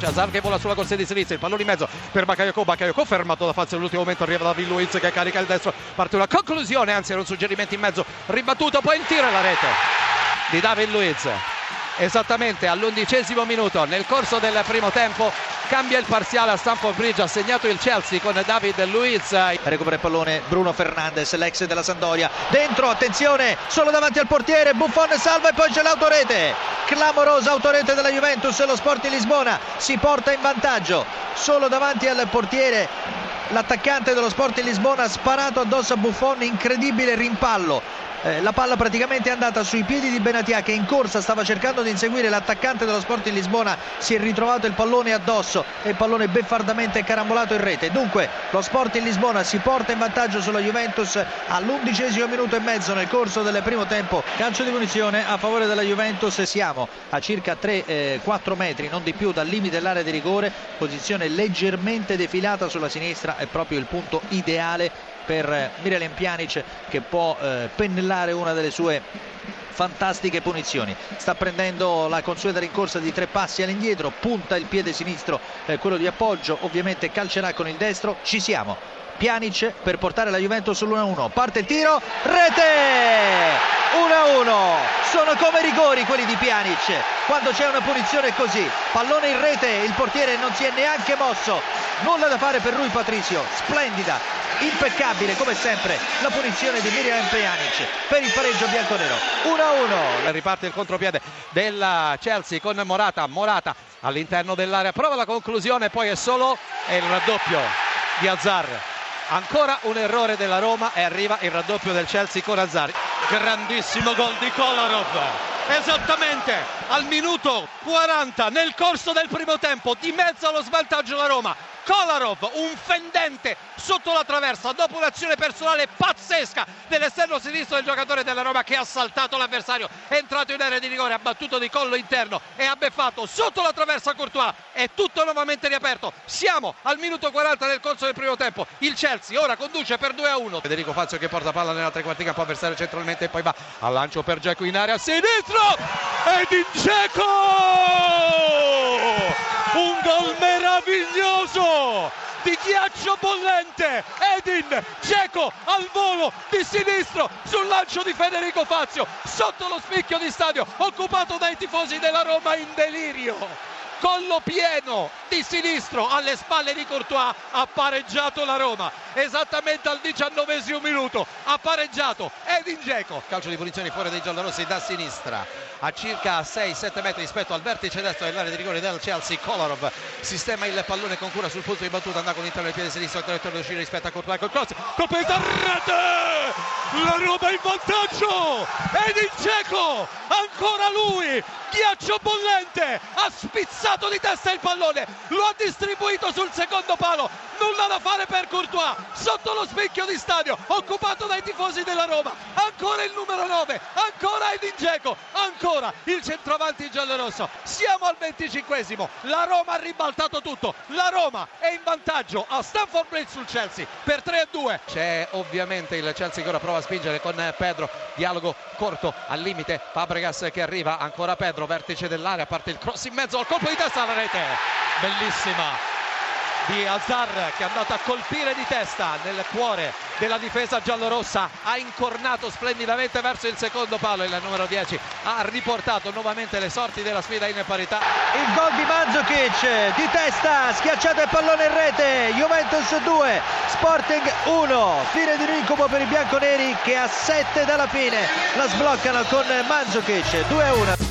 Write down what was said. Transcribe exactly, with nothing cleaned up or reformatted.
Hazard che vola sulla corsia di sinistra, il pallone in mezzo per Bakayoko, Bakayoko fermato da Fazio all'ultimo momento, arriva David Luiz che carica il destro, parte una conclusione, anzi era un suggerimento in mezzo, ribattuto, poi il tiro e la rete di David Luiz. Esattamente all'undicesimo minuto, nel corso del primo tempo, cambia il parziale a Stamford Bridge, ha segnato il Chelsea con David Luiz. Recupera il pallone Bruno Fernandes, l'ex della Sampdoria, dentro, attenzione, solo davanti al portiere, Buffon salva e poi c'è l'autorete, clamorosa autorete della Juventus, lo Sporting Lisbona si porta in vantaggio, solo davanti al portiere l'attaccante dello Sporting Lisbona ha sparato addosso a Buffon, incredibile rimpallo. Eh, la palla praticamente è andata sui piedi di Benatia che in corsa stava cercando di inseguire l'attaccante dello Sporting Lisbona, si è ritrovato il pallone addosso e il pallone beffardamente carambolato in rete. Dunque lo Sporting Lisbona si porta in vantaggio sulla Juventus all'undicesimo minuto e mezzo nel corso del primo tempo. Calcio di punizione a favore della Juventus, siamo a circa tre quattro metri, non di più, dal limite dell'area di rigore, posizione leggermente defilata sulla sinistra, è proprio il punto ideale per Miralem Pjanic che può eh, pennellare una delle sue fantastiche punizioni. Sta prendendo la consueta rincorsa di tre passi all'indietro, punta il piede sinistro, eh, quello di appoggio, ovviamente calcerà con il destro. Ci siamo, Pjanic per portare la Juventus sull'uno a uno, parte il tiro, rete! uno a uno, sono come rigori quelli di Pjanic quando c'è una punizione così, pallone in rete, il portiere non si è neanche mosso, nulla da fare per lui Patrizio, splendida, impeccabile come sempre la punizione di Miralem Pjanic per il pareggio bianconero. Uno a uno. Riparte il contropiede della Chelsea con Morata, Morata all'interno dell'area, prova la conclusione, poi è solo è il raddoppio di Hazard. Ancora un errore della Roma e arriva il raddoppio del Chelsea con Hazard. Grandissimo gol di Kolarov, esattamente al minuto quaranta nel corso del primo tempo, di mezzo allo svantaggio la Roma. Kolarov, un fendente sotto la traversa dopo un'azione personale pazzesca dell'esterno sinistro del giocatore della Roma che ha saltato l'avversario, è entrato in area di rigore, ha battuto di collo interno e ha beffato sotto la traversa Courtois, è tutto nuovamente riaperto. Siamo al minuto quaranta nel corso del primo tempo, il Chelsea ora conduce per due a uno. Federico Fazio che porta palla nella tre quarti campo avversario centralmente e poi va al lancio per Dzeko in area sinistro Edin Dzeko, un gol meraviglioso di ghiaccio bollente, Edin Dzeko al volo di sinistro sul lancio di Federico Fazio sotto lo spicchio di stadio occupato dai tifosi della Roma in delirio. Collo pieno di sinistro alle spalle di Courtois, ha pareggiato la Roma esattamente al diciannovesimo minuto, ha pareggiato Edin Dzeko. Calcio di punizione fuori dei giallorossi da sinistra a circa sei sette metri rispetto al vertice destro dell'area di rigore del Chelsea. Kolarov sistema il pallone con cura sul punto di battuta, andando con l'interno del piede sinistro, traiettoria di uscire rispetto a Courtois col cross, colpo di rete, la Roma in vantaggio, Edin Dzeko, ancora lui, ghiaccio bollente, ha spizzato di testa il pallone, lo ha distribuito sul secondo palo, nulla da fare per Courtois, sotto lo specchio di stadio, occupato dai tifosi della Roma, ancora il numero nove, ancora Edin Dzeko, ancora il centravanti giallorosso. Siamo al venticinquesimo, la Roma ha ribaltato tutto, la Roma è in vantaggio a Stamford Bridge sul Chelsea per tre a due. C'è ovviamente il Chelsea che ora prova a spingere con Pedro, dialogo corto al limite, Fabregas che arriva, ancora Pedro, vertice dell'area, parte il cross in mezzo al colpo di testa alla rete, bellissima di Hazard che è andato a colpire di testa nel cuore della difesa giallorossa, ha incornato splendidamente verso il secondo palo, il numero dieci ha riportato nuovamente le sorti della sfida in parità. Il gol di Mandzukic di testa, schiacciato il pallone in rete, Juventus due, Sporting uno, fine di un incubo per i bianconeri che a sette dalla fine la sbloccano con Mandzukic, due a uno.